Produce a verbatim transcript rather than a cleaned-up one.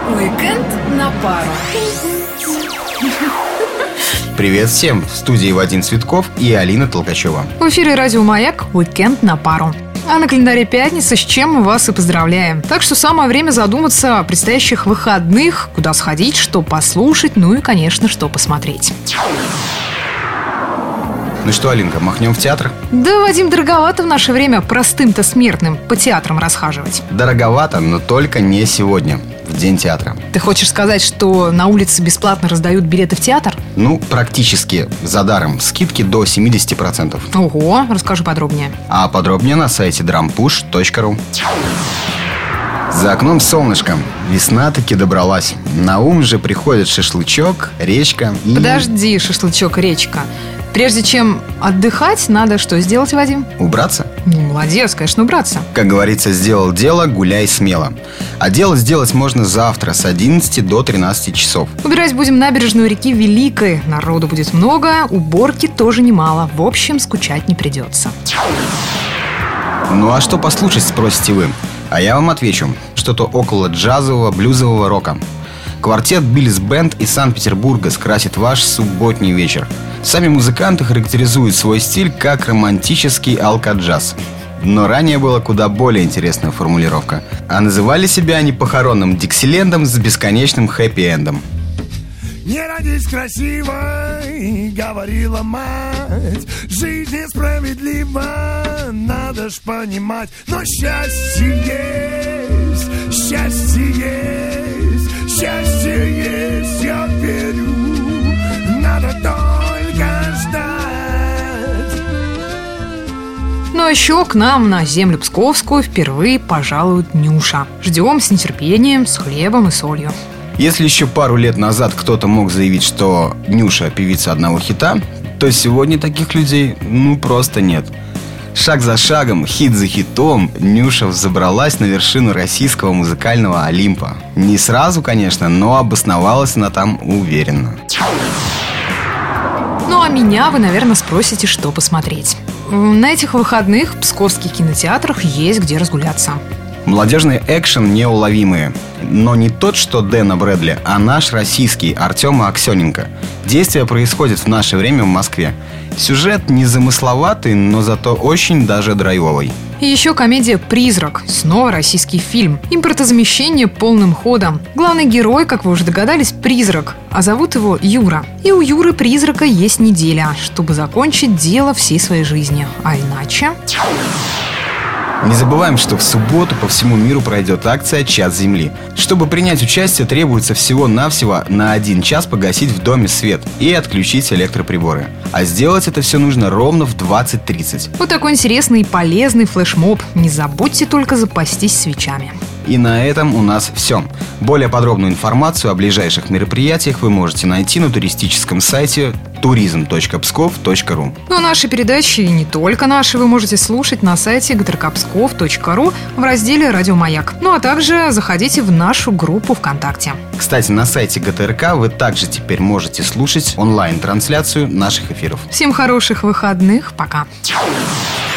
Уикенд на пару. Привет всем! В студии Вадим Цветков и Алина Толкачева. В эфире радио «Маяк» «Уикенд на пару». А на календаре пятница, с чем мы вас и поздравляем. Так что самое время задуматься о предстоящих выходных, куда сходить, что послушать, ну и, конечно, что посмотреть. Ну что, Алинка, махнем в театр? Да, Вадим, дороговато в наше время простым-то смертным по театрам расхаживать. Дороговато, но только не сегодня, в день театра. Ты хочешь сказать, что на улице бесплатно раздают билеты в театр? Ну, практически за даром. Скидки до семьдесят процентов. Ого, расскажи подробнее. А подробнее на сайте дрампуш точка ру. За окном солнышко. Весна таки добралась. На ум же приходит шашлычок, речка и... Подожди, шашлычок, речка. Прежде чем отдыхать, надо что сделать, Вадим? Убраться? Ну, молодец, конечно, убраться. Как говорится, сделал дело, гуляй смело. А дело сделать можно завтра с одиннадцати до тринадцати часов. Убирать будем набережную реки Великой. Народу будет много, уборки тоже немало. В общем, скучать не придется. Ну а что послушать, спросите вы? А я вам отвечу. Что-то около джазового, блюзового рока. Квартет Биллис Бенд из Санкт-Петербурга скрасит ваш субботний вечер. Сами музыканты характеризуют свой стиль как романтический алкоджаз. Но ранее была куда более интересная формулировка. А называли себя они похоронным диксилендом с бесконечным хэппи-эндом. Не родись красивой, говорила мать, жизнь несправедлива, надо ж понимать. Но счастье есть, счастье есть, счастье есть, я верю, надо только ждать. Ну а еще к нам на землю Псковскую впервые пожалует Нюша. Ждем с нетерпением, с хлебом и солью. Если еще пару лет назад кто-то мог заявить, что Нюша певица одного хита, то сегодня таких людей ну просто нет. Шаг за шагом, хит за хитом, Нюша взобралась на вершину российского музыкального Олимпа. Не сразу, конечно, но обосновалась она там уверенно. Ну а меня вы, наверное, спросите, что посмотреть. На этих выходных в псковских кинотеатрах есть где разгуляться. Молодежный экшен неуловимые. Но не тот, что Дэна Брэдли, а наш российский Артема Аксененко. Действие происходит в наше время в Москве. Сюжет незамысловатый, но зато очень даже драйвовый. И еще комедия «Призрак». Снова российский фильм. Импортозамещение полным ходом. Главный герой, как вы уже догадались, призрак. А зовут его Юра. И у Юры призрака есть неделя, чтобы закончить дело всей своей жизни. А иначе... Не забываем, что в субботу по всему миру пройдет акция «Час Земли». Чтобы принять участие, требуется всего-навсего на один час погасить в доме свет и отключить электроприборы. А сделать это все нужно ровно в двадцать тридцать. Вот такой интересный и полезный флешмоб. Не забудьте только запастись свечами. И на этом у нас все. Более подробную информацию о ближайших мероприятиях вы можете найти на туристическом сайте туризм точка псков точка ру. Ну а наши передачи, и не только наши, вы можете слушать на сайте гэ тэ эр ка псков точка ру в разделе «Радио Маяк». Ну а также заходите в нашу группу ВКонтакте. Кстати, на сайте гэ тэ эр ка вы также теперь можете слушать онлайн-трансляцию наших эфиров. Всем хороших выходных. Пока.